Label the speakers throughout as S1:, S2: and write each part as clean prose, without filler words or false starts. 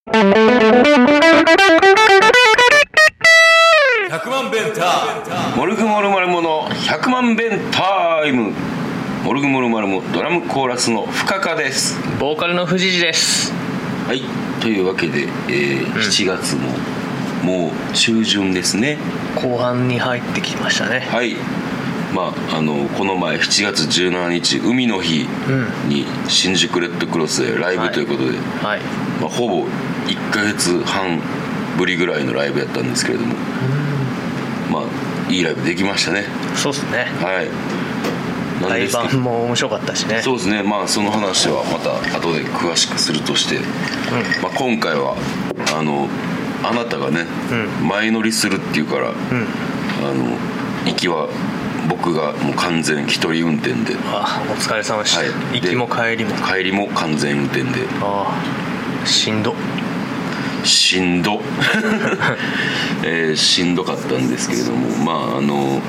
S1: 100万弁タイム。モルグモルマルモの100万弁タイム。モルグモルマルモドラムコーラスの深川です。
S2: ボーカルの藤次です。
S1: はい、というわけで、7月ももう中旬ですね。
S2: 後半に入ってきましたね。
S1: はい、この前7月17日海の日に新宿レッドクロスでライブということで、
S2: はいはい、
S1: ほぼ1ヶ月半ぶりぐらいのライブやったんですけれども、いいライブできましたね。
S2: そうですね。
S1: はい。
S2: 対バンも面白かったしね。
S1: そうですね。その話はまた後で詳しくするとして、今回はあなたがね、前乗りするっていうから、行きは僕がもう完全一人運転で。
S2: お疲れ様でした。
S1: はい、
S2: 行きも帰りも。
S1: 帰りも完全運転で。
S2: しんど
S1: しんどかったんですけれども、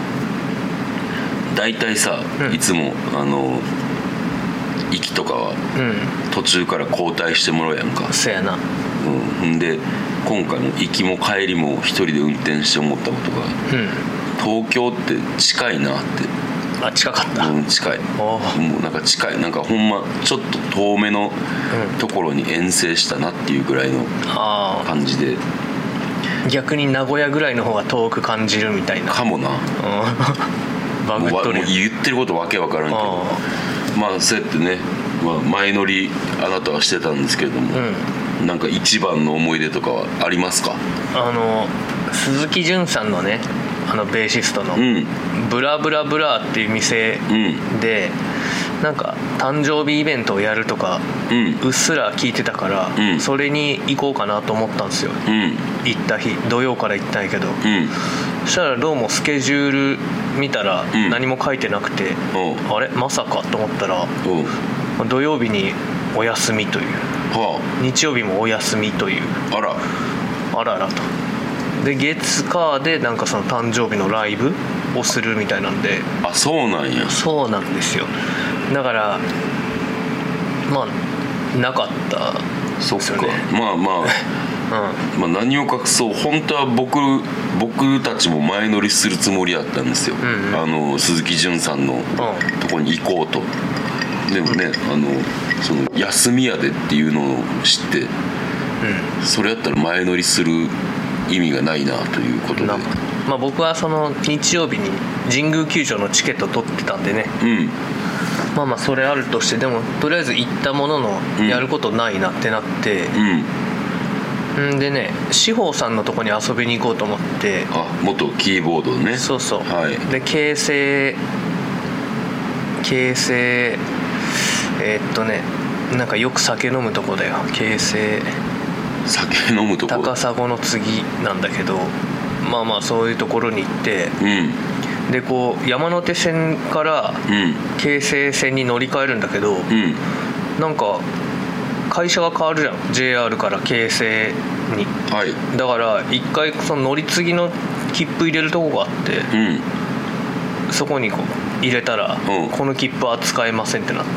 S1: 大体さ、いつも行きとかは途中から交代してもらうやんか。
S2: そうやな。
S1: で今回も行きも帰りも一人で運転して思ったことが、東京って近いなって。
S2: 近かった。
S1: 近い。もうなんか近い。なんかほんまちょっと遠めのところに遠征したなっていうぐらいの感じで。
S2: 逆に名古屋ぐらいの方が遠く感じるみたいな。
S1: かもな。
S2: バグっとる。
S1: もう言ってることわけわからんけど、そうやってね、前乗りあなたはしてたんですけれども、なんか一番の思い出とかはありますか？
S2: 鈴木淳さんのね、ベーシストの、ブラブラブラっていう店で、なんか誕生日イベントをやるとか、うっすら聞いてたから、それに行こうかなと思ったんですよ。行った日、土曜から行ったんやけど、そしたらどうもスケジュール見たら何も書いてなくて、あれまさかと思ったら、土曜日にお休みという、日曜日もお休みという、あらと。で月火でなんかその誕生日のライブをするみたいなんで。
S1: そうなんや。
S2: そうなんですよ。だからなかったですよね。
S1: そっか。何を隠そう、本当は僕たちも前乗りするつもりだったんですよ。鈴木淳さんのとこに行こうと。でもね、その休みやでっていうのを知って、それやったら前乗りする意味がないなということで、
S2: 僕はその日曜日に神宮球場のチケット取ってたんでね、それあるとして、でもとりあえず行ったもののやることないなってなって、でね、志保さんのとこに遊びに行こうと思って。
S1: 元キーボードね。
S2: そうそう、で京成なんかよく酒飲むとこだよ。京成
S1: 酒飲むとこ、
S2: 高砂の次なんだけど、そういうところに行って、でこう山手線から京成線に乗り換えるんだけど、なんか会社が変わるじゃん、 JR から京成に、だから一回その乗り継ぎの切符入れるとこがあって、そこにこう入れたら、この切符は使えませんってなって、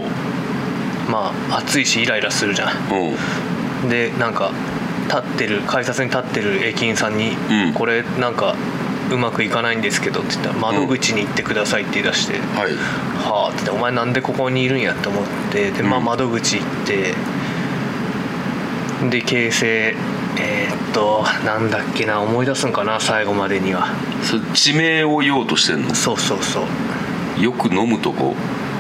S2: 暑いしイライラするじゃん。でなんか改札に立ってる駅員さんに、これなんかうまくいかないんですけどって言ったら、窓口に行ってくださいって言い出して、って言って、お前なんでここにいるんやと思って、で窓口行って、で京成なんだっけな、思い出すんかな最後までには。
S1: それ地名を言おうとしてんの？
S2: そう
S1: よく飲むとこ？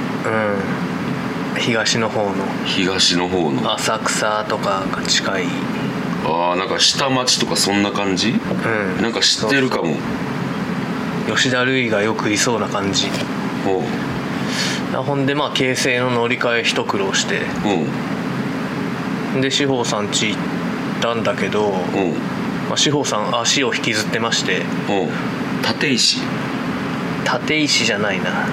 S2: 東の方の浅草とかが近い。
S1: なんか下町とかそんな感じ？なんか知ってるかも。
S2: 吉田類がよくいそうな感じ。ほんで京成の乗り換え一苦労して、で志保さん家行ったんだけど、志保さん足を引きずってまして。
S1: 立
S2: 石じゃないな。
S1: 違う。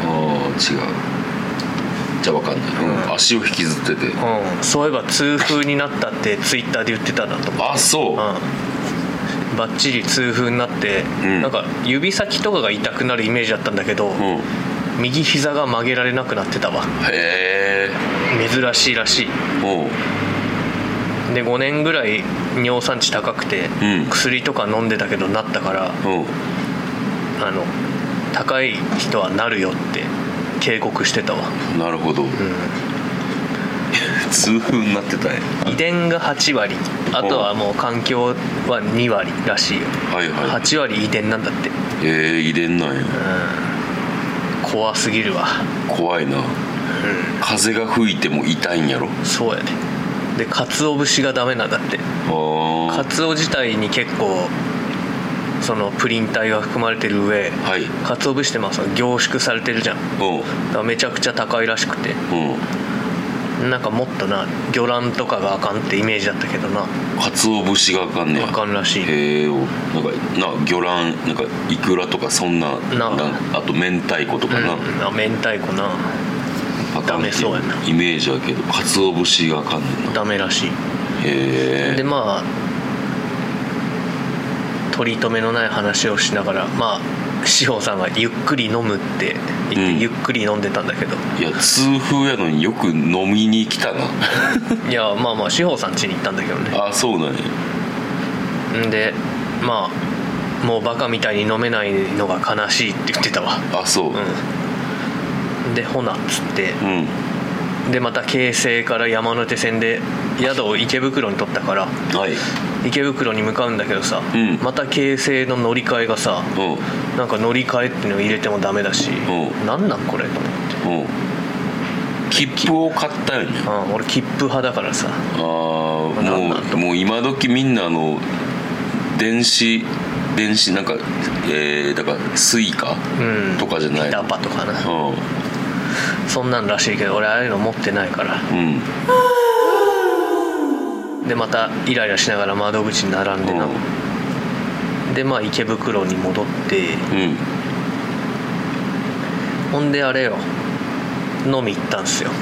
S1: じゃ分かんない。足を引きずってて、
S2: そういえば痛風になったってツイッターで言ってたなと思って。
S1: そう、
S2: バッチリ痛風になって、なんか指先とかが痛くなるイメージだったんだけど、右膝が曲げられなくなってたわ。
S1: へえ。
S2: 珍しいらしい。 で5年ぐらい尿酸値高くて、薬とか飲んでたけどなったから、高い人はなるよって警告してたわ。
S1: なるほど、痛風になってたね。
S2: 遺伝が8割、あとはもう環境は2割らしいよ。8割遺伝なんだって。
S1: 遺伝なんや。
S2: 怖すぎるわ。
S1: 怖いな、風が吹いても痛いんやろ。
S2: そうやね。で鰹節がダメなんだって。鰹自体に結構そのプリン体が含まれてる上、鰹節って凝縮されてるじゃん。だからめちゃくちゃ高いらしくて、なんかもっとな魚卵とかがあかんってイメージだったけどな。
S1: 鰹節があかんねや。
S2: あかんらしい。
S1: なんか魚卵、なんかイクラとかそんな、あと明太子とかな、
S2: 明太子なダメそうやな
S1: イメージやけど、鰹節があかんねんな。
S2: ダメらしい。で取り留めのない話をしながら、志保さんがゆっくり飲むって言って、ゆっくり飲んでたんだけど、
S1: いや痛風やのによく飲みに来たな。
S2: いや志保さん家に行ったんだけどね。
S1: そうなんや。
S2: でもうバカみたいに飲めないのが悲しいって言ってたわ。
S1: そう、
S2: でほなっつって、でまた京成から山手線で宿を池袋に取ったから、池袋に向かうんだけどさ、また京成の乗り換えがさ、なんか乗り換えっていうのを入れてもダメだし、なんなんこれと思って、
S1: 切符を買ったよね。
S2: 俺切符派だからさ。
S1: もう今時みんな電子なんかだからスイカとかじゃない、
S2: ピタパとかな、そんなんらしいけど俺ああいうの持ってないから、でまたイライラしながら窓口に並んでな、で池袋に戻って、ほんであれよ、飲み行ったんすよ。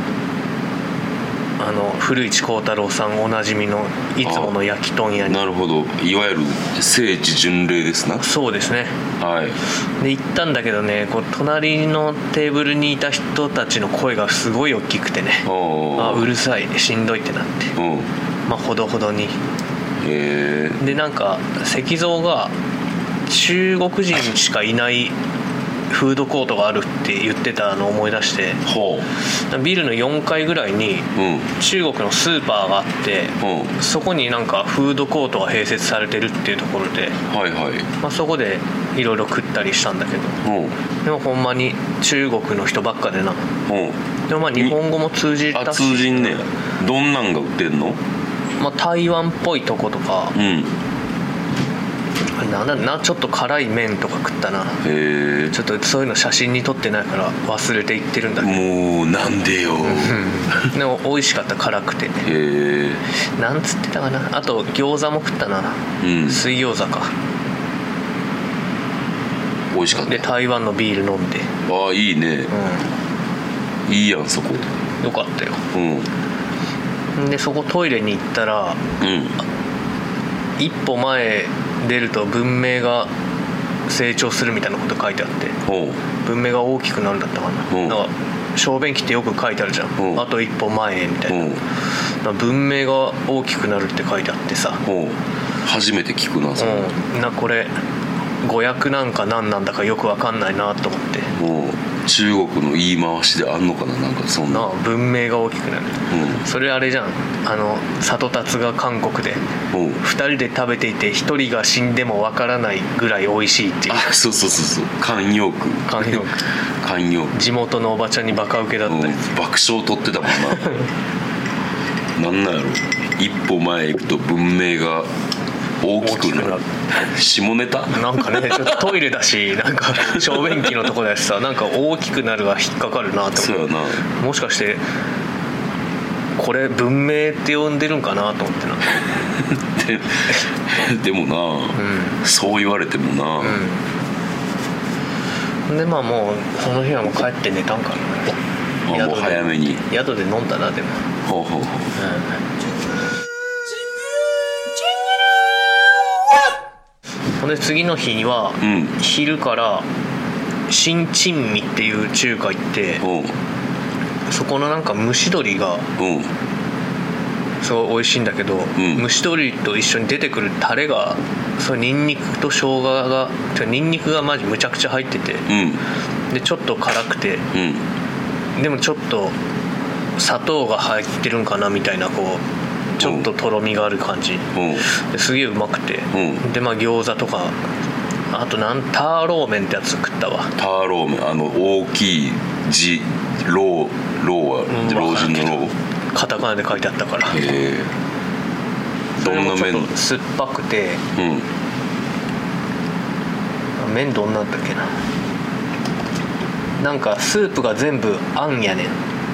S2: 古市幸太郎さんおなじみのいつもの焼き豚屋に。
S1: なるほど、いわゆる聖地巡礼ですな。
S2: そうですね。で行ったんだけどね、隣のテーブルにいた人たちの声がすごい大きくてね、うるさいね、しんどいってなって、ほどほどに。でなんか石像が中国人しかいないフードコートがあるって言ってたのを思い出して、ビルの4階ぐらいに中国のスーパーがあって、そこになんかフードコートが併設されてるっていうところで、そこでいろいろ食ったりしたんだけど、でもほんまに中国の人ばっかでな。でも日本語も通じたし。
S1: 通じんねや。どんなんが売ってんの？
S2: 台湾っぽいとことか、ちょっと辛い麺とか食ったな。ちょっとそういうの写真に撮ってないから忘れていってるんだけど。
S1: もうなんでよ。
S2: でも美味しかった、辛くて。なんつってたかな。あと餃子も食ったな、水餃子か。
S1: 美味しかった。
S2: で台湾のビール飲んで。
S1: いいね、いいやんそこ。
S2: よかったよ。でそこトイレに行ったら、一歩前出ると文明が成長するみたいなこと書いてあって、文明が大きくなるんだったかな。なんか小便器ってよく書いてあるじゃん、あと一歩前へみたいな。文明が大きくなるって書いてあってさ、
S1: 初めて聞くなそれ。
S2: これ語訳なんか何なんだかよく分かんないなと思って。
S1: 中国の言い回しであんのかな、なんかそんな。
S2: 文明が大きくなる、それあれじゃん、里達が韓国で2人で食べていて1人が死んでも分からないぐらい美味しいっていう。
S1: そう慣用句
S2: 地元のおばちゃんにバカウケだったり、
S1: 爆笑取ってたもんな。なんなんやろ、一歩前行くと文明が大きくなる。下ネタ
S2: なんかね、ちょっとトイレだし、なんか小便器のとこだしさ、なんか大きくなるが引っかかるなって思う。もしかしてこれ文明って呼んでるんかなと思ってな。
S1: でもな、そう言われてもな、
S2: でもうその日はもう帰って寝たんかな。
S1: もう早めに
S2: 宿で飲んだな。でもで次の日には、昼から新珍味っていう中華行って、そこのなんか蒸し鶏がすごい美味しいんだけど、蒸し鶏と一緒に出てくるタレがニンニクと生姜がニンニクがマジむちゃくちゃ入ってて、でちょっと辛くて、でもちょっと砂糖が入ってるんかなみたいなちょっととろみがある感じ、ですげえうまくて、で餃子とかあとターローメンってやつ食ったわ。
S1: ターローメン大きい字ローは老人のロー、
S2: カタカナで書いてあったから。
S1: どんな麺？
S2: 酸っぱくて、麺どんなんだっけな、なんかスープが全部あんやねん。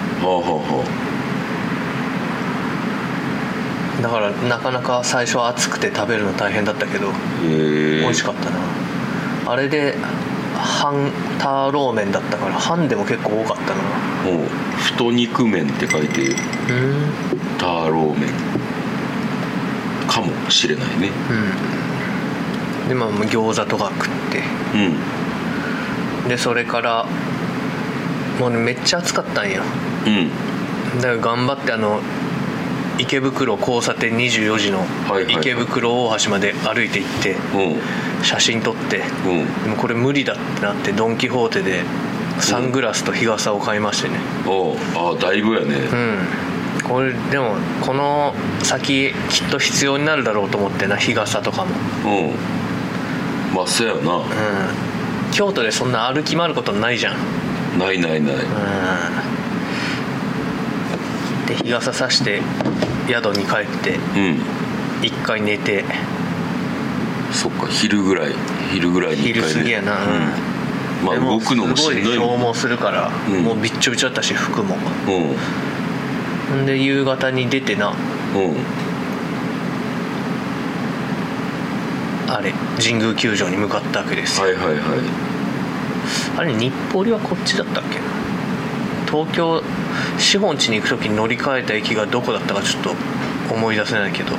S2: だからなかなか最初は熱くて食べるの大変だったけど、美味しかったな。あれでターローメンだったから半でも結構多かったな。
S1: 太肉麺って書いてターローメンかもしれないね。
S2: で餃子とか食って、でそれからもうめっちゃ暑かったんよ。だから頑張って池袋交差点24時の池袋大橋まで歩いて行って写真撮って、でもこれ無理だってなってドン・キホーテでサングラスと日傘を買いましてね。
S1: だいぶやね。
S2: これでもこの先きっと必要になるだろうと思ってな、日傘とかも。
S1: そうやな。
S2: 京都でそんな歩き回ることないじゃん。
S1: ない。
S2: で日傘さして宿に帰って一回寝て、
S1: そっか昼ぐらいに一回ね。
S2: 昼過ぎやな。
S1: 動くのもしんどいもん。
S2: すごい消耗するから、もうびっちょびちょだったし服も。で夕方に出てな、あれ神宮球場に向かったわけですよ。あれ日暮里はこっちだったっけな。東京資本地に行く時に乗り換えた駅がどこだったかちょっと思い出せないけど、日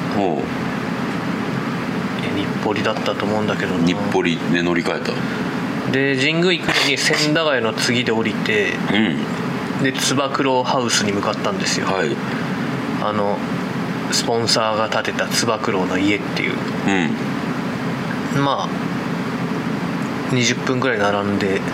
S2: 暮里だったと思うんだけどな。
S1: 日暮里で乗り換えた。
S2: で神宮行くのに千駄ヶ谷の次で降りて、でつば九郎ハウスに向かったんですよ。スポンサーが建てたつば九郎の家っていう、20分ぐらい並んで、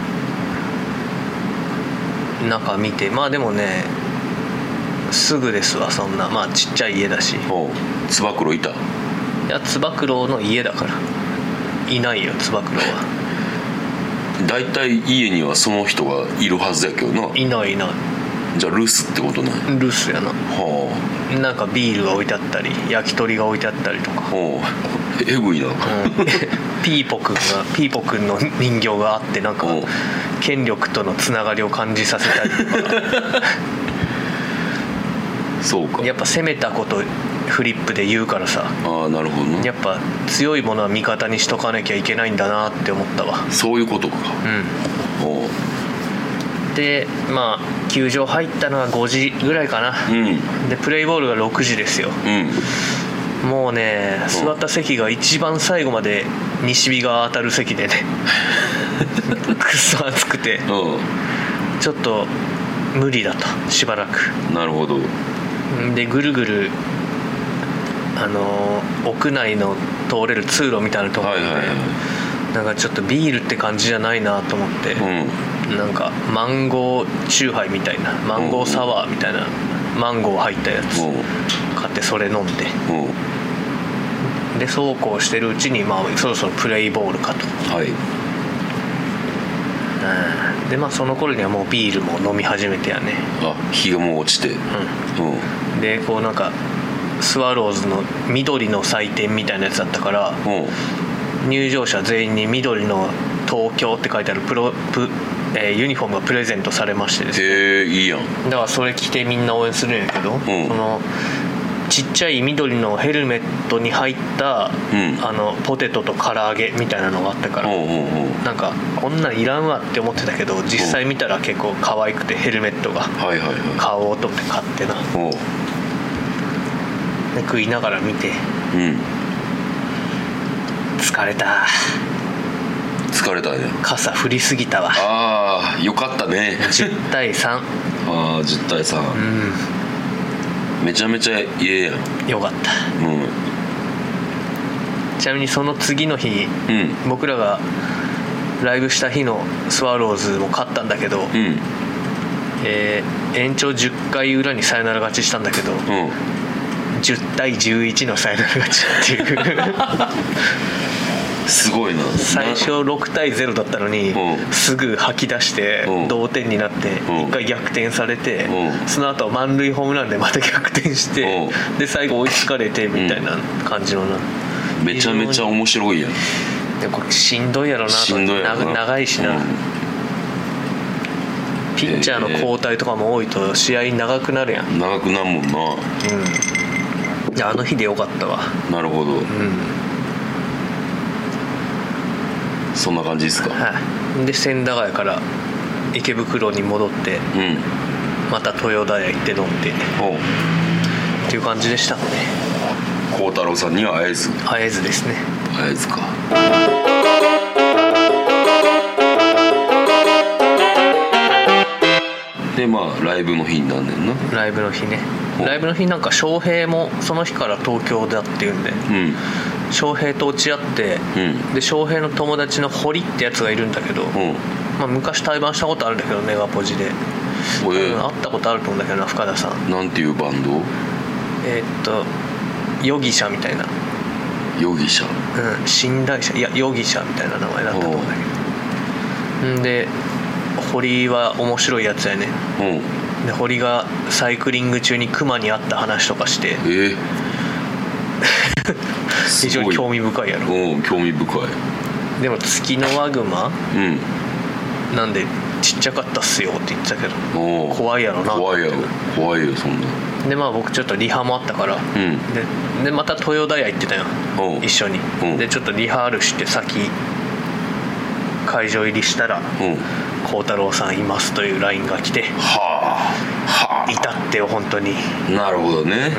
S2: 中見て、でもねすぐですわ。そんなちっちゃい家だし。
S1: つば九郎いた？い
S2: やつば九郎の家だからいないよ、つば九郎は。
S1: だいたい家にはその人がいるはずやけどな。
S2: いない。
S1: じゃあ留守ってことない？
S2: 留守やな。なんかビールが置いてあったり焼き鳥が置いてあったりとか。
S1: えぐいな。
S2: ピーポくんの人形があって、なんか権力とのつながりを感じさせたりとか。
S1: そうか。
S2: やっぱ攻めたことフリップで言うからさ。
S1: なるほどね。
S2: やっぱ強いものは味方にしとかなきゃいけないんだなって思ったわ。
S1: そういうことか。
S2: で球場入ったのは5時ぐらいかな。でプレイボールが6時ですよ。もうね座った席が一番最後まで西日が当たる席でねくっそ暑くて、ちょっと無理だと、しばらく。
S1: なるほど。
S2: でぐるぐる屋内の通れる通路みたいなところで、なんかちょっとビールって感じじゃないなと思って、なんかマンゴーチューハイみたいな、マンゴーサワーみたいな、マンゴー入ったやつ買ってそれ飲んで、でそうこうしてるうちにそろそろプレイボールかと。でその頃にはもうビールも飲み始めてやね。
S1: 日がもう落ちて。
S2: でなんかスワローズの緑の祭典みたいなやつだったから、入場者全員に緑の東京って書いてあるユニフォームがプレゼントされましてですね。
S1: いいやん。
S2: だからそれ着てみんな応援するんやけど、そのちっちゃい緑のヘルメットに入った、ポテトと唐揚げみたいなのがあったから、なんかこんなんいらんわって思ってたけど、実際見たら結構可愛くて、ヘルメットが買おうと思って買ってな、で食いながら見て、疲れたね。傘降りすぎたわ。
S1: よかったね。
S2: 10対3。
S1: 10対3。 めちゃめちゃええやん。
S2: よかった。ちなみにその次の日、僕らがライブした日のスワローズも勝ったんだけど、延長10回裏にサヨナラ勝ちしたんだけど、10対11のサヨナラ勝ちっていう
S1: すごいな。
S2: 最初6対0だったのに、すぐ吐き出して同点になって1回逆転されて、その後満塁ホームランでまた逆転して、で最後追いつかれてみたいな感じのな、
S1: めちゃめちゃ面白いやん。
S2: でこれしんどいやろなと。長いしな、ピッチャーの交代とかも多いと試合長くなるやん。
S1: 長くなるもんな。
S2: あの日でよかったわ。
S1: なるほど、そんな感じですか。
S2: で千駄ヶ谷から池袋に戻って、また豊田屋行って飲んでっていう感じでしたね。
S1: 幸太郎さんには会えず
S2: ですね。
S1: 会えずか。でまあライブの日になんねんな。
S2: ライブの日ね。ライブの日なんか翔平もその日から東京だっていうんで、翔平と落ち合って、で翔平の友達の堀ってやつがいるんだけど、昔対バンしたことあるんだけどネガポジで、会ったことあると思うんだけどな、深田さん。なん
S1: ていうバンド？
S2: ヨギシャみたいな。
S1: ヨギシャ？
S2: 寝台車、いやヨギシャみたいな名前だったと思うんだけど。で堀は面白いやつやね。で堀がサイクリング中にクマに会った話とかして、非常に興味深いやろ。
S1: 興味深い。
S2: でも月のワグマ、なんでちっちゃかったっすよって言ってたけど、怖いやろな。
S1: 怖いよそんな。
S2: でまあ僕ちょっとリハもあったから、でまた豊田屋行ってたよ、一緒に。でちょっとリハールして先会場入りしたら、幸太郎さんいますという LINE が来て、いたってよ本当に。
S1: なるほどね。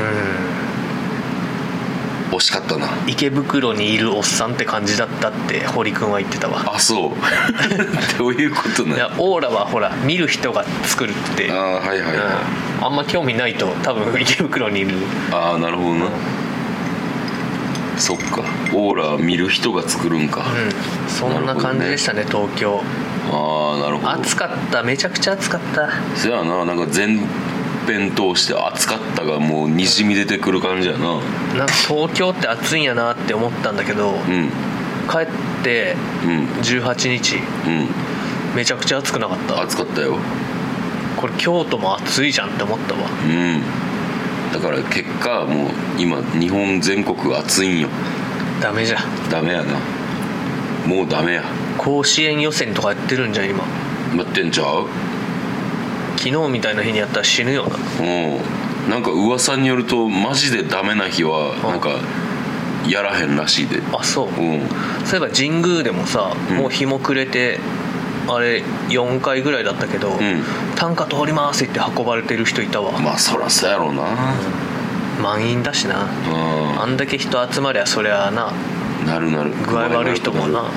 S1: 惜しかったな。
S2: 池袋にいるおっさんって感じだったって堀君は言ってたわ。
S1: あ、そうどういうことね。
S2: いやオーラはほら見る人が作るって。あんま興味ないと多分池袋にいる。
S1: なるほどな。そっか、オーラ見る人が作るんか。
S2: そんな感じでしたね、東京。
S1: なるほど。
S2: 暑かった、めちゃくちゃ暑かった。
S1: そやな、なんか全編通して暑かったがもうにじみ出てくる感じやな。
S2: なんか東京って暑いんやなって思ったんだけど、帰って18日、めちゃくちゃ暑くなかった？
S1: 暑かったよ。
S2: これ京都も暑いじゃんって思ったわ。
S1: だから結果もう今日本全国暑いんよ。
S2: ダメじゃ。
S1: ダメやな。もうダメや。
S2: 甲子園予選とかやってるんじゃん今。
S1: やってんちゃう？
S2: 昨日みたいな日にやったら死ぬよな。
S1: なんか噂によるとマジでダメな日はなんかやらへんらしいで。
S2: あ、そう。そういえば神宮でもさ、もう日も暮れてあれ4回ぐらいだったけど、単価通りますって運ばれてる人いたわ。
S1: まあそらそうやろうな。
S2: 満員だしな。あんだけ人集まりゃそりゃな。
S1: なる
S2: 具合悪い人もな。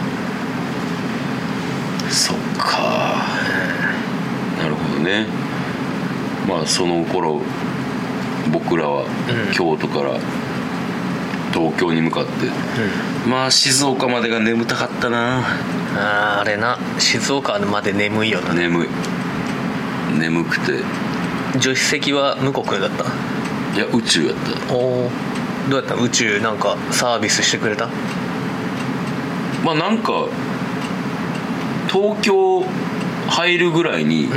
S1: そっか。なるほどね。まあその頃僕らは京都から東京に向かって、まあ静岡までが眠たかったな。
S2: あれな、静岡まで眠いよな。
S1: 眠くて。
S2: 助手席は向こう君だった？
S1: いや宇宙やった。
S2: どうやった？宇宙なんかサービスしてくれた？
S1: まあなんか東京入るぐらいに、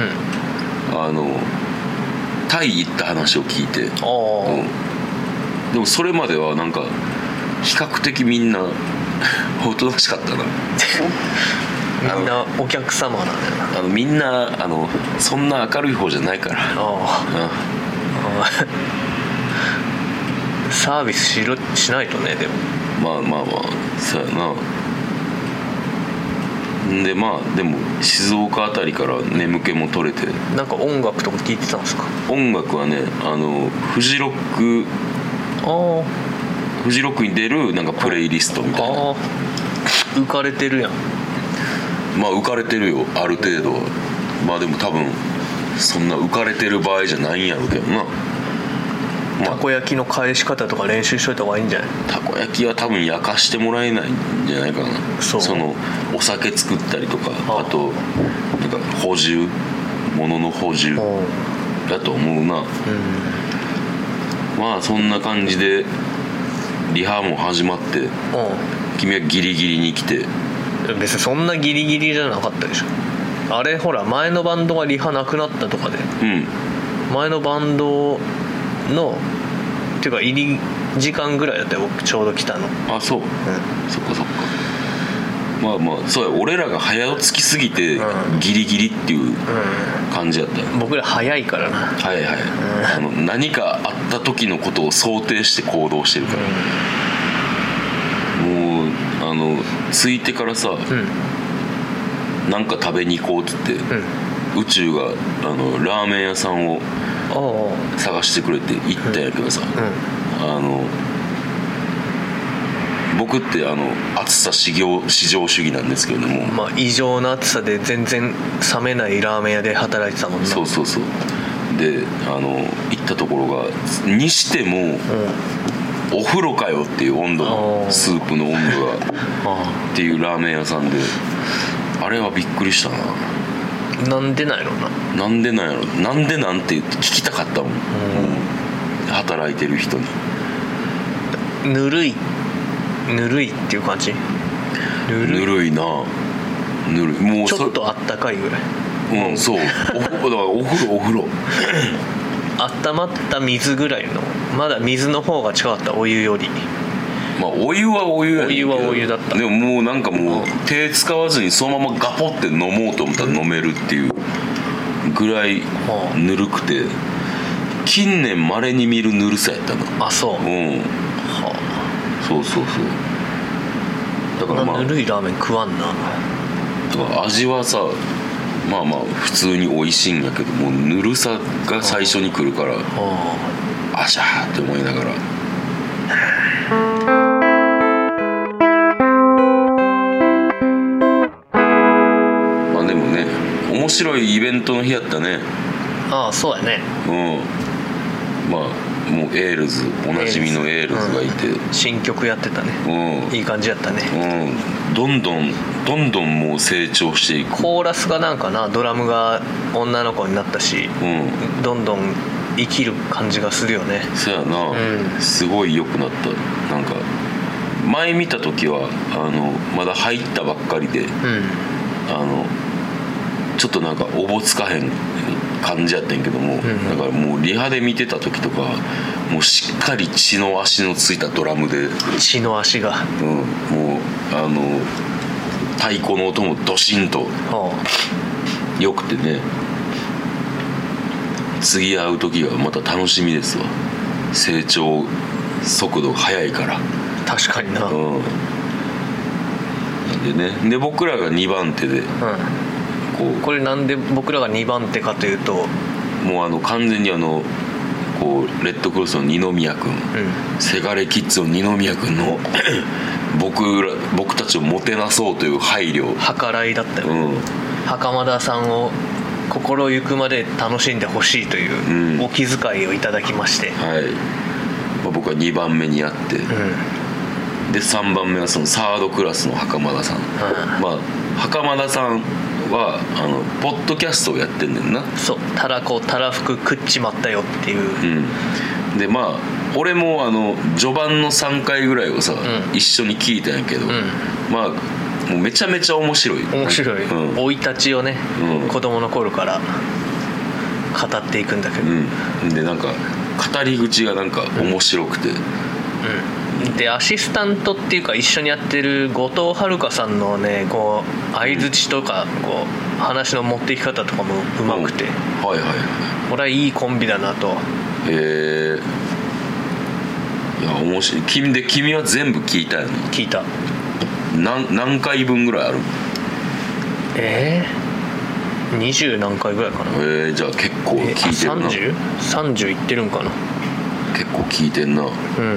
S1: タイ行った話を聞いて、でもそれまではなんか比較的みんなおとなしかったな。
S2: みんなお客様なんだよな。
S1: みんなそんな明るい方じゃないから。
S2: サービスしないとね。でも
S1: まあそうやな。でまあでも静岡あたりから眠気も取れて。
S2: なんか音楽とか聴いてたんですか？
S1: 音楽はねフジロックに出るなんかプレイリストみたいな。
S2: 浮かれてるやん。
S1: まあ浮かれてるよ、ある程度は。まあでも多分そんな浮かれてる場合じゃないんやろうけどな。
S2: たこ焼きの返し方とか練習しといた方がいいんじゃない？
S1: たこ焼きは多分焼かしてもらえないんじゃないかな。そのお酒作ったりとか、あとなんか補充物の補充だと思うな。まあそんな感じでリハも始まって、君はギリギリに来て。
S2: 別にそんなギリギリじゃなかったでしょ。あれほら前のバンドがリハなくなったとかで、前のバンドのっていうか入り時間ぐらいだったよ、僕ちょうど来たの。
S1: あ、そう、そっかそっか。まあまあそうや、俺らが早着きすぎてギリギリっていう感じやったよ、
S2: 僕ら早いからな。
S1: はいはい、何かあった時のことを想定して行動してるから、もう着いてからさ、なんか食べに行こうって言って、宇宙がラーメン屋さんを探してくれて行ったんやけどさ、僕って暑さ至上主義なんですけれども、
S2: まあ異常な暑さで全然冷めないラーメン屋で働いてたもんな。
S1: そうそうそう。で行ったところがにしても、お風呂かよっていう温度のスープの温度がっていうラーメン屋さんで、あれはびっくりしたな。
S2: なんでなんやろな。
S1: なんでなんやろ、なんでなんて言って聞きたかったもん、働いてる人に。
S2: ぬるいっていう感じ。
S1: ぬるいな。ぬるい、もう
S2: ちょっとあったかいぐらい。
S1: そうお風呂
S2: 温まった水ぐらいの、まだ水の方が近かった、お湯より。
S1: まあお湯はお湯やねんけど、
S2: お湯はお湯だった。
S1: でももうなんかもう手使わずにそのままガポって飲もうと思ったら飲めるっていうぐらいぬるくて、近年稀に見るぬるさやったな。
S2: あ、そう。
S1: そうそうそう。だからまあ
S2: ぬるいラーメン食わんな。
S1: だから味はさ、まあまあ普通に美味しいんやけど、もうぬるさが最初に来るから、あしゃーって思いながら。まあでもね、面白いイベントの日やったね。
S2: ああ、そうやね。
S1: まあもうエールズ、おなじみのエールズがいて、
S2: 新曲やってたね。いい感じやったね。
S1: どんどんもう成長していく。
S2: コーラスがなんかな、ドラムが女の子になったし、どんどん生きる感じがするよね。
S1: そうやな、すごい良くなった。なんか前見た時はまだ入ったばっかりで、ちょっとなんかおぼつかへん感じやったんやけども、だからもうリハで見てた時とか、もうしっかり血の足のついたドラムで、
S2: 血の足が、
S1: もう太鼓の音もドシンとよくてね、次会う時がまた楽しみですわ。成長速度が速いから。
S2: 確かにな。
S1: で僕らが2番手で、
S2: これなんで僕らが2番手かというと、
S1: もう完全にこうレッドクロスの二宮君、せがれキッズの二宮君の僕たちをもてなそうという配慮、
S2: 計らいだったよ、袴田さんを心ゆくまで楽しんでほしいというお気遣いをいただきまして、
S1: 僕は2番目にやって、で3番目はそのサードクラスの袴田さん、袴田さんはポッドキャストをやってんねんな。
S2: そう、たらこたらふく食っちまったよっていう、
S1: でまあ俺も序盤の3回ぐらいをさ、一緒に聞いたんやけど、まあもうめちゃめちゃ面白い
S2: 生い立ちをね、子供の頃から語っていくんだけど、
S1: でなんか語り口がなんか面白くて、
S2: でアシスタントっていうか一緒にやってる後藤遥さんのね、こう相づちとかこう話の持っていき方とかもうまくて、これはいいコンビだなと。
S1: いや面白い。君は全部聞いたよね。
S2: 聞いた。
S1: 何回分ぐらいある
S2: ？20何回ぐらいかな。
S1: じゃあ結構聞いてるな。
S2: 30いってるんかな。
S1: 結構聞いてんな。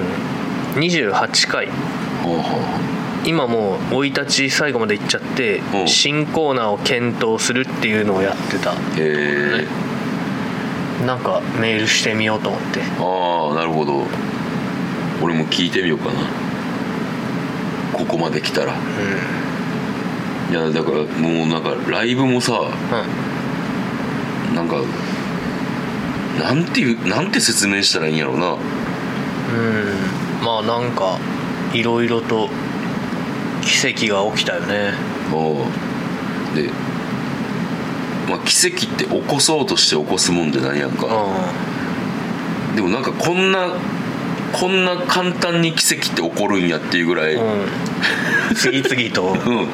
S2: 28回。今もう生い立ち最後まで行っちゃって、新コーナーを検討するっていうのをやってた、 なんかメールしてみようと思って。
S1: ああ、なるほど。俺も聞いてみようかな、ここまで来たら。いやだからもうなんかライブもさ、なんかなんて説明したらいいんやろうな。
S2: まあなんかいろいろと奇跡が起きたよね。
S1: で、まあ、奇跡って起こそうとして起こすもんじゃないやんか。でもなんかこんな簡単に奇跡って起こるんやっていうぐらい、
S2: 次々と、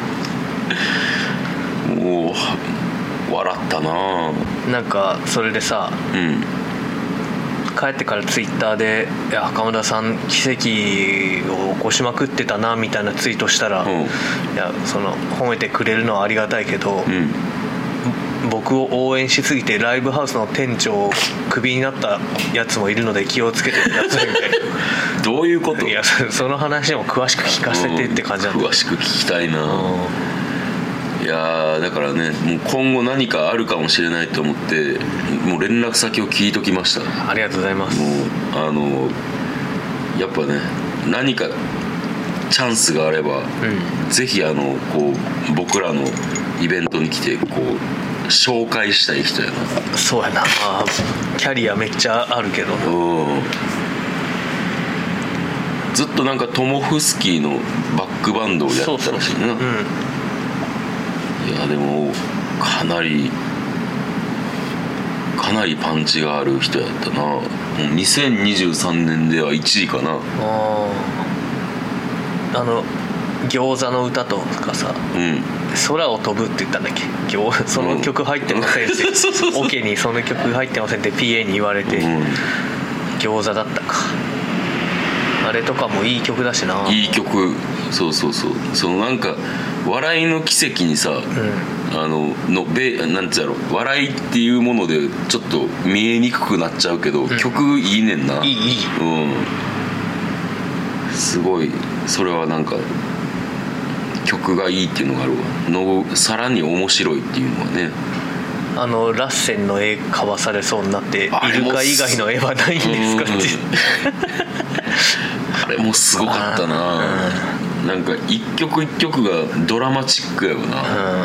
S1: もう笑ったな。
S2: なんかそれでさ、帰ってからツイッターで「いや袴田さん奇跡を起こしまくってたな」みたいなツイートしたら、いやその褒めてくれるのはありがたいけど、僕を応援しすぎてライブハウスの店長をクビになったやつもいるので気をつけてくださいみたいな。
S1: どういうこと？
S2: いやその話も詳しく聞かせてって感じなんだ。
S1: 詳しく聞きたいな。いやだからね、もう今後何かあるかもしれないと思ってもう連絡先を聞いときました。
S2: ありがとうございます。
S1: もうやっぱね、何かチャンスがあれば、ぜひこう僕らのイベントに来てこう紹介したい人やな。
S2: そうやな。キャリアめっちゃあるけど、
S1: ずっとなんかトモフスキーのバックバンドをやったらしいな。いやでもかなりパンチがある人やったな。もう2023年では1位かな。餃子の歌とかさ、空を飛ぶって言ったんだっけ。その曲入ってませんってオケにその曲入ってませんって PA に言われて、餃子だったか。あれとかもいい曲だしな。いい曲。そうそのなんか笑いの奇跡にさ、なんつうやろ、笑いっていうものでちょっと見えにくくなっちゃうけど、曲いいねんな。
S2: いい
S1: すごい。それはなんか曲がいいっていうのがあるわ。さらに面白いっていうのはね。
S2: ラッセンの絵買わされそうになってイルカ以外の絵はないんですかって
S1: あれもすごかったな。なんか一曲一曲がドラマチックやよな。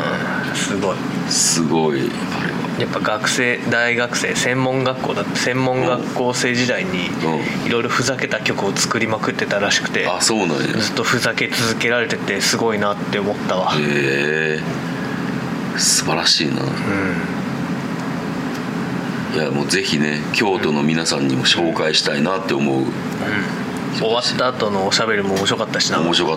S1: すごい。あれは
S2: やっぱ大学生専門学校生時代にいろいろふざけた曲を作りまくってたらしくて、
S1: そうなんや。
S2: ずっとふざけ続けられててすごいなって思ったわ。
S1: 素晴らしいな。いやもうぜひね、京都の皆さんにも紹介したいなって思う。
S2: 終わった後のおしゃべりも面白かったしな。
S1: 面白かった。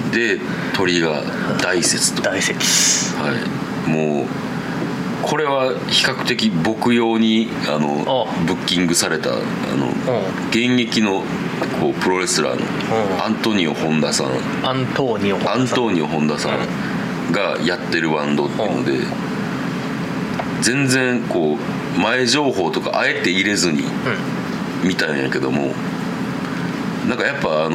S1: で鳥が大説と。
S2: 大説。
S1: もうこれは比較的僕用にブッキングされた現役のこうプロレスラーのアントニオ本田さんがやってるバンドっていうので、全然こう前情報とかあえて入れずに見たんやけども、なんかやっぱ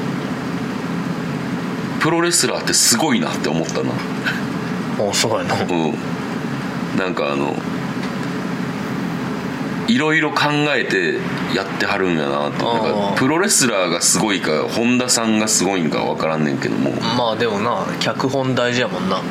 S1: プロレスラーってすごいなって思ったな。
S2: そうやな。
S1: なんかいろいろ考えてやってはるんやなって。なんかプロレスラーがすごいか本田さんがすごいんか分からんねんけども、
S2: まあでもな、脚本大事やもんな。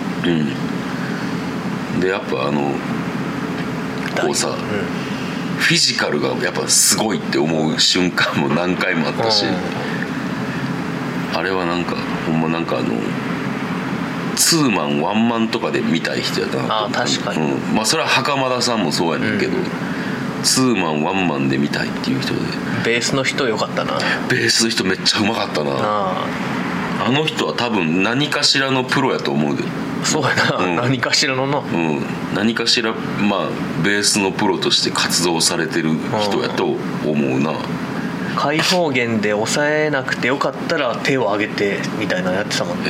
S1: でやっぱこうさ、フィジカルがやっぱすごいって思う瞬間も何回もあったし、あれはなんかほんまなんかツーマンワンマンとかで見たい人やな。
S2: 確かに。
S1: まあそれは袴田さんもそうやねんけど、ツーマンワンマンで見たいっていう人で。
S2: ベースの人よかったな。
S1: ベースの人めっちゃうまかったな。あの人は多分何かしらのプロやと思うで。
S2: そうやな、何かしらのな。
S1: 何かしらまあベースのプロとして活動されてる人やと思うな。
S2: 開放弦で抑えなくてよかったら手を挙げてみたいなのやってたもんね。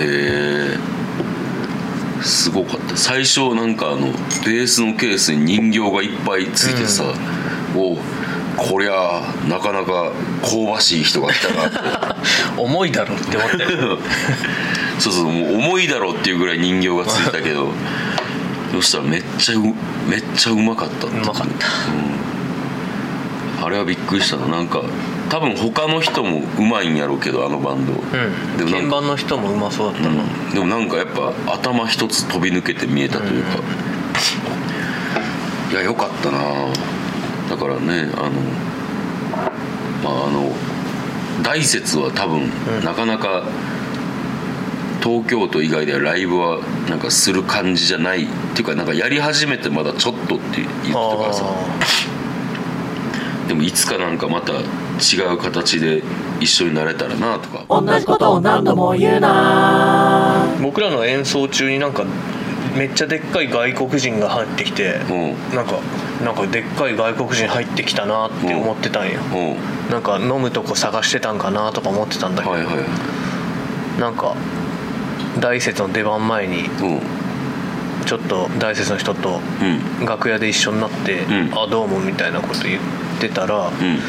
S1: すごかった。最初なんかベースのケースに人形がいっぱいついてさ、こりゃなかなか香ばしい人が来たなって
S2: 重いだろって思ったよ
S1: そうもう重いだろっていうぐらい人形がついたけどそしたらめっちゃめっちゃうまかった。
S2: うまかった、
S1: あれはびっくりしたな。なんか多分他の人もうまいんやろうけど、あのバンド、
S2: でも鍵盤の人もうまそうだったな、
S1: でもなんかやっぱ頭一つ飛び抜けて見えたというか、いやよかったな。だからね、大雪は多分、なかなか東京都以外ではライブはなんかする感じじゃないっていうか、なんかやり始めてまだちょっとって言ってたからさ。でもいつかなんかまた違う形で一緒になれたらなとか。
S3: 同じことを何度も言うな。
S2: 僕らの演奏中になんかめっちゃでっかい外国人が入ってきて、なんかでっかい外国人入ってきたなって思ってたんや。なんか飲むとこ探してたんかなとか思ってたんだけど、なんか大雪の出番前にちょっと大雪の人と楽屋で一緒になって、あどうもみたいなこと言ってたら、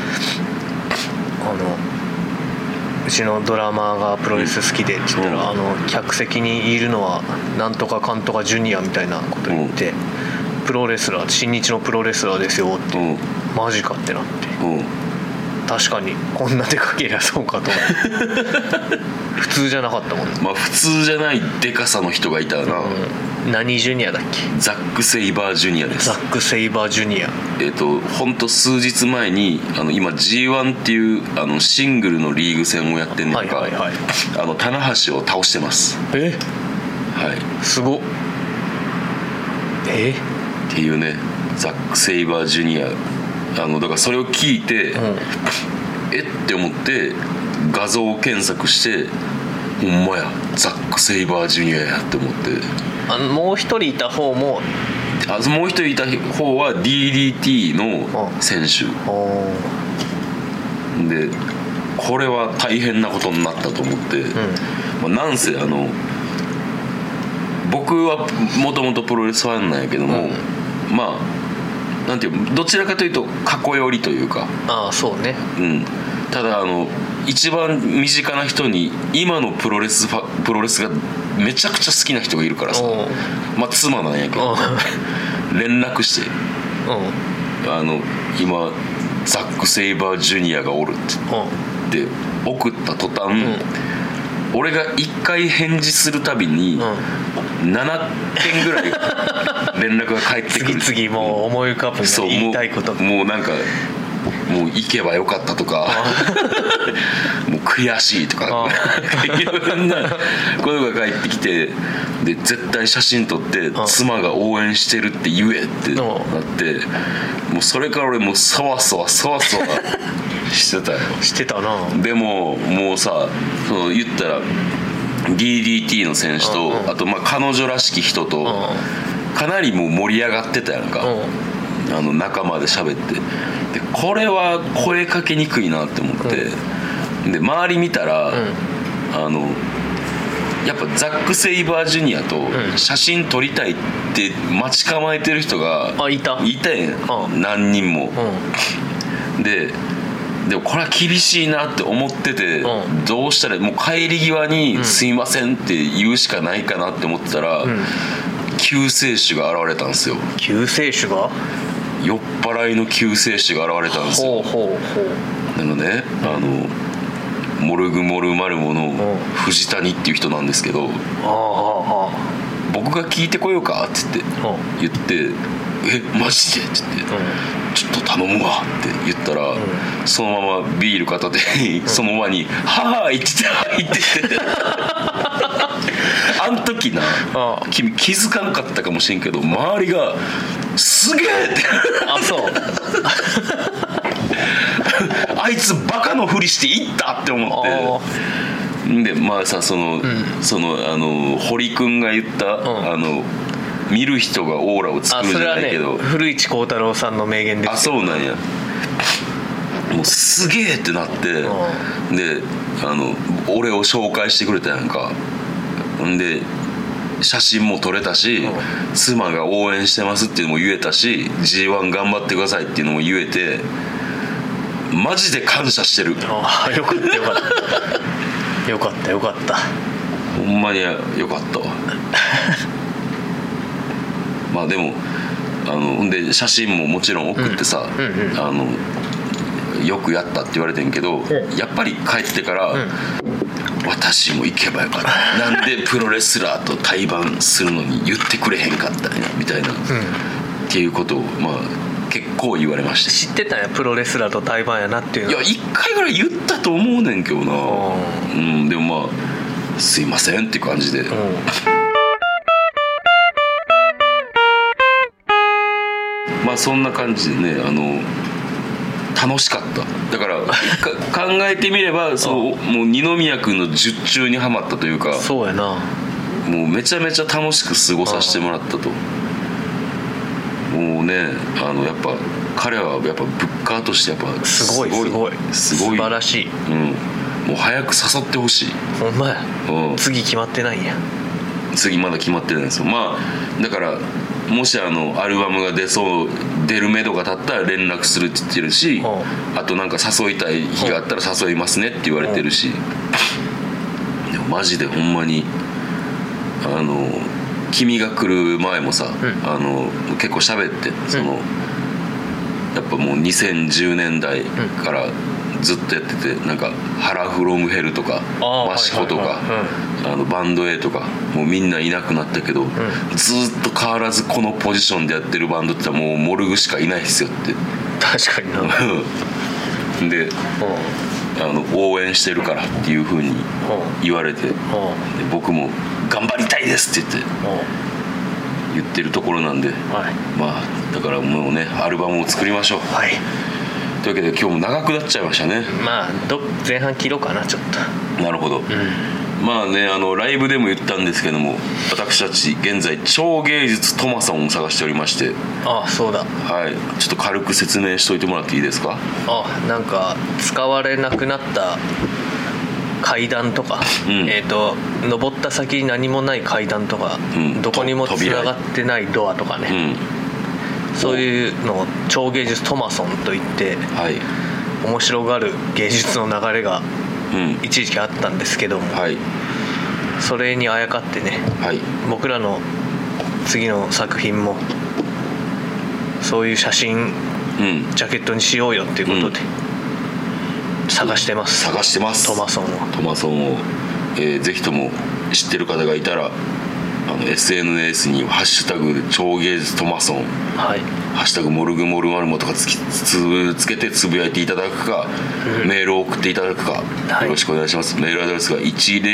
S2: うちのドラマーがプロレス好きでって言ったら、客席にいるのはなんとかかんとかジュニアみたいなこと言って、プロレスラー、新日のプロレスラーですよって、マジかってなって、確かにこんなでかけりゃそうかと思って普通じゃなかったもんね。
S1: まあ普通じゃないでかさの人がいたな、
S2: 何ジュニアだっけ。
S1: ザック・セイバージュニアです。
S2: ザック・セイバージュニア、
S1: ほんと数日前に今 G1 っていうシングルのリーグ戦をやってんねんか、棚橋を倒してます。はい、
S2: すごっ。
S1: っていうね、ザック・セイバージュニア、だからそれを聞いて、って思って画像検索して、ほんまやザック・セイバージュニアやって思って、
S2: もう一人いた方も、
S1: もう一人いた方は DDT の選手で、これは大変なことになったと思って、なんせ僕はもともとプロレスファンなんやけども、まあなんていう、どちらかというと過去寄りというか、
S2: そうね、
S1: ただ一番身近な人に今のプロレスがめちゃくちゃ好きな人がいるからさ、まあ妻なんやけど連絡して、今ザック・セイバージュニアがおるってで送った途端、俺が1回返事するたびに7件ぐらい連絡が返ってくる。
S2: 次々もう思い浮かぶの言いたいこと、
S1: もうなんかもう行けばよかったとかもう悔しいとかいろんなことが返ってきて、で絶対写真撮って妻が応援してるって言えってなって、もうそれから俺もうそわそわしてたよ。
S2: してたな。
S1: でももうさ、言ったら DDT の選手と、あとまあ彼女らしき人とかなりもう盛り上がってたやんか、仲間で喋って、でこれは声かけにくいなって思って、で周り見たら、やっぱザック・セイバージュニアと写真撮りたいって待ち構えてる人がいたんや、何人も、でもこれは厳しいなって思ってて、どうしたら、もう帰り際にすいませんって言うしかないかなって思ってたら、救世主が現れたんですよ。
S2: 救世主が？
S1: 酔っ払いの救世主が現れたんですよ。ね、モルグモルマルモの藤谷っていう人なんですけど、僕が聞いてこようかって言ってマジでって言って、ちょっと頼むわって言ったら、そのままビール片手にその場にはぁいって言ってあん時な、君気づかんかったかもしれんけど、周りがすげえって
S2: そう
S1: あいつバカのふりしていったって思って、でまあさ、堀君が言った、見る人がオーラを作るじゃないけど、
S2: それはね、古市幸太郎さんの名言です。
S1: そうなんや。もうすげえってなって、で俺を紹介してくれたやんか。んで写真も撮れたし、妻が応援してますっていうのも言えたし、 G1 頑張ってくださいっていうのも言えて、マジで感謝してる。
S2: よかったよかったよかった、
S1: ほんまによかったわまあでもんで写真ももちろん送ってさ、よくやったって言われてんけど、やっぱり帰ってから、私も行けばよかったなんでプロレスラーと対バンするのに言ってくれへんかったんやみたいな、っていうことを結構言われました。
S2: 知ってたんやプロレスラーと対バンやなっていうの。
S1: いや1回ぐらい言ったと思うねんけどな。でもすいませんって感じで、そんな感じでね、楽しかった。だから考えてみればもう二宮君の術中にはまったというか、
S2: そうやな、
S1: もうめちゃめちゃ楽しく過ごさせてもらったと。もうね、やっぱ彼はやっぱブッカーとしてやっぱ
S2: すごい素晴らしい。
S1: もう早く誘ってほしい。
S2: ほんまや。次決まってないんや。
S1: 次まだ決まってないんですよ。だからもしアルバムが出る目処が立ったら連絡するって言ってるし、あとなんか誘いたい日があったら誘いますねって言われてるし、でもマジでほんまに君が来る前もさ、結構喋って、やっぱもう2010年代からずっとやってて、なんかハラフロムヘルとかマシコとかバンド A とかもうみんないなくなったけど、ずっと変わらずこのポジションでやってるバンドってもうモルグしかいないですよって。
S2: 確かにな
S1: で応援してるからっていう風に言われて、で僕も頑張りたいですって言ってるところなんで、だからもうねアルバムを作りましょう。というわけで今日も長くなっちゃいましたね。
S2: 前半切ろうかなちょっと。
S1: なるほど。ライブでも言ったんですけども、私たち現在超芸術トマソンを探しておりまして。
S2: そうだ。
S1: ちょっと軽く説明しといてもらっていいですか。
S2: なんか使われなくなった階段とか、登った先に何もない階段とか、どこにもつながってないドアとかね、そういうのを超芸術トマソンといって、面白がる芸術の流れが一時期あったんですけども、それにあやかってね、僕らの次の作品もそういう写真、ジャケットにしようよっていうことで、探してますトマソンを。ぜひとも知ってる方がいたらSNS にハッシュタグ超芸術トマソン、ハッシュタグモルグモルマルモとかつけてつぶやいていただくか、メールを送っていただくか、よろしくお願いします。メールアドレスが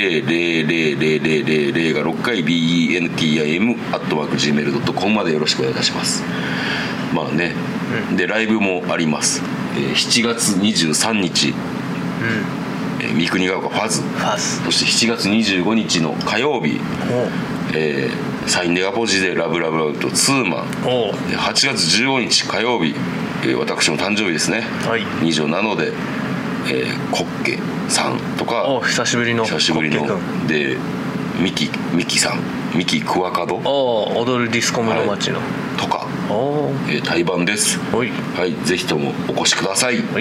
S2: 1000000が6回 bentim@gmail.com までよろしくお願いいたします。でライブもあります。7月23日、三国ヶ丘ファズ、そして7月25日の火曜日、サインネガポジでラブラブラブとツーマン、8月15日火曜日、私の誕生日ですね、2条なので、コッケさんとか久しぶりの
S1: でミキさん、ミキクワカド、
S2: 踊るディスコ室町の、
S1: とか、対バンです。ぜひともお越しください。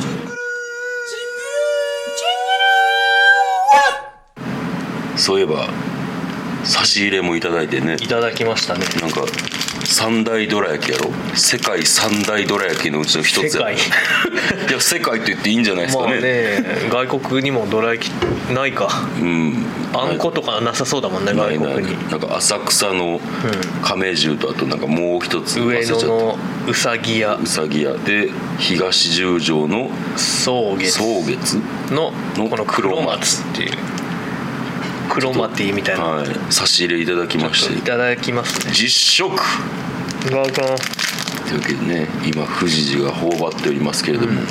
S1: そういえば差し入れもいただいてね。
S2: いただきましたね。
S1: なんか三大どら焼きやろ、世界三大どら焼きのうちの一つや。いや世界と言っていいんじゃないですかね。
S2: 外国にもどら焼きないか。あんことかなさそうだもんね、外国に。
S1: なんか浅草の亀十と、あとなんかもう一つ
S2: 上野のうさぎ屋
S1: で、東十条の
S2: 草月のこの黒松っていうクロマティみたいな、
S1: 差し入れいただきまして、
S2: いただきますね。
S1: 実食というわけでね、今富士寺が頬張っておりますけれども、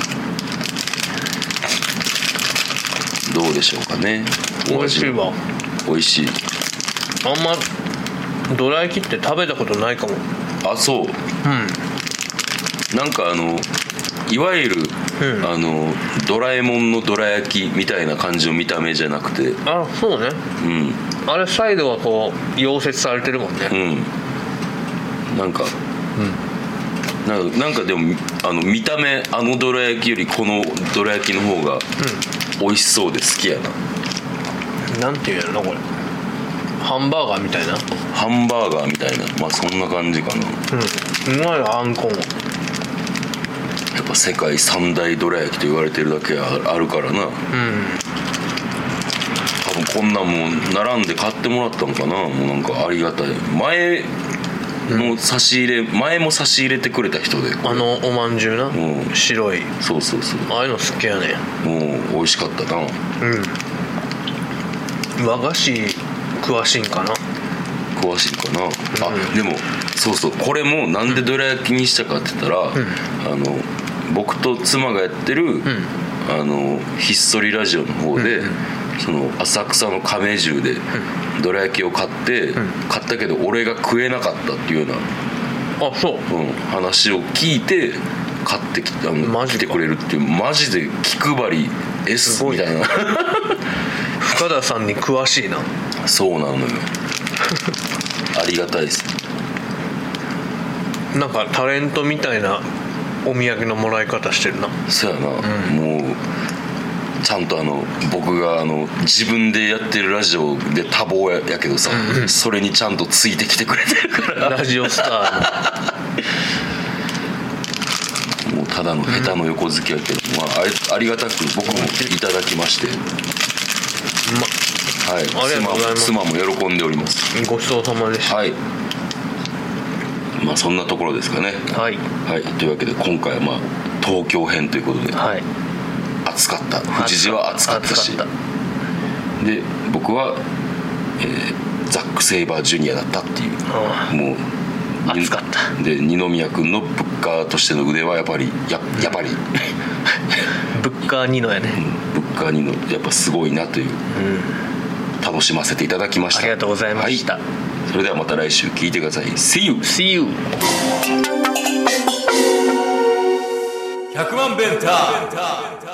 S1: どうでしょうかね。
S2: 美味しいわ。
S1: 美味しい。
S2: あんまどら焼きって食べたことないかも。
S1: そう。なんかいわゆる、ドラえもんのどら焼きみたいな感じの見た目じゃなくて、
S2: そうね、あれサイドはこう溶接されてるもんね。
S1: なんかでも見た目どら焼きよりこのどら焼きの方が美味しそうで好きやな。
S2: なんていうのこれ、 ハンバーガーみたいな。
S1: ハンバーガーみたいな、まあそんな感じかな。
S2: うまいよ、あんこも。
S1: やっぱ世界三大どら焼きと言われてるだけあるからな。多分こんなんもう並んで買ってもらったのかな。もうなんかありがたい。前も差し入れてくれた人で、
S2: おまんじゅうな、白い。
S1: そうそうそう、
S2: ああいうの好きやね。
S1: もう美味しかったな。
S2: 和菓子詳しいんかな。
S1: でもそうそう、これもなんでどら焼きにしたかって言ったら、僕と妻がやってる、ひっそりラジオの方で、その浅草の亀十でどら焼きを買ったけど俺が食えなかったっていうような、話を聞いて買ってきて来てくれるっていう、マジで気配り S みたいな。
S2: 深田さんに詳しいな。
S1: そうなのよ。ありがたいです。
S2: なんかタレントみたいなお土産のもらい方してるな。
S1: そうやな、もうちゃんと僕が自分でやってるラジオで多忙やけどさ、それにちゃんとついてきてくれてるから
S2: ラジオスタ
S1: ーのもうただの下手の横付きやけど、ありがたく僕もいただきまして、はい、
S2: ありがとうございます。
S1: 妻も喜んでおります。
S2: ごちそうさまでした。
S1: はい、まあそんなところですかね。
S2: はい、
S1: というわけで今回は東京編ということで、暑かった、富士寺は暑かったし、で僕は、ザック・セイバージュニアだったっていう、もう
S2: 暑かった
S1: で、二宮君のブッカーとしての腕はやっぱり
S2: ブッカーニノやね。
S1: ブッカーニノやっぱすごいなという、楽しませていただきました。
S2: ありがとうございました。
S1: それではまた来週聞いてください。 See you
S2: 100万ベンター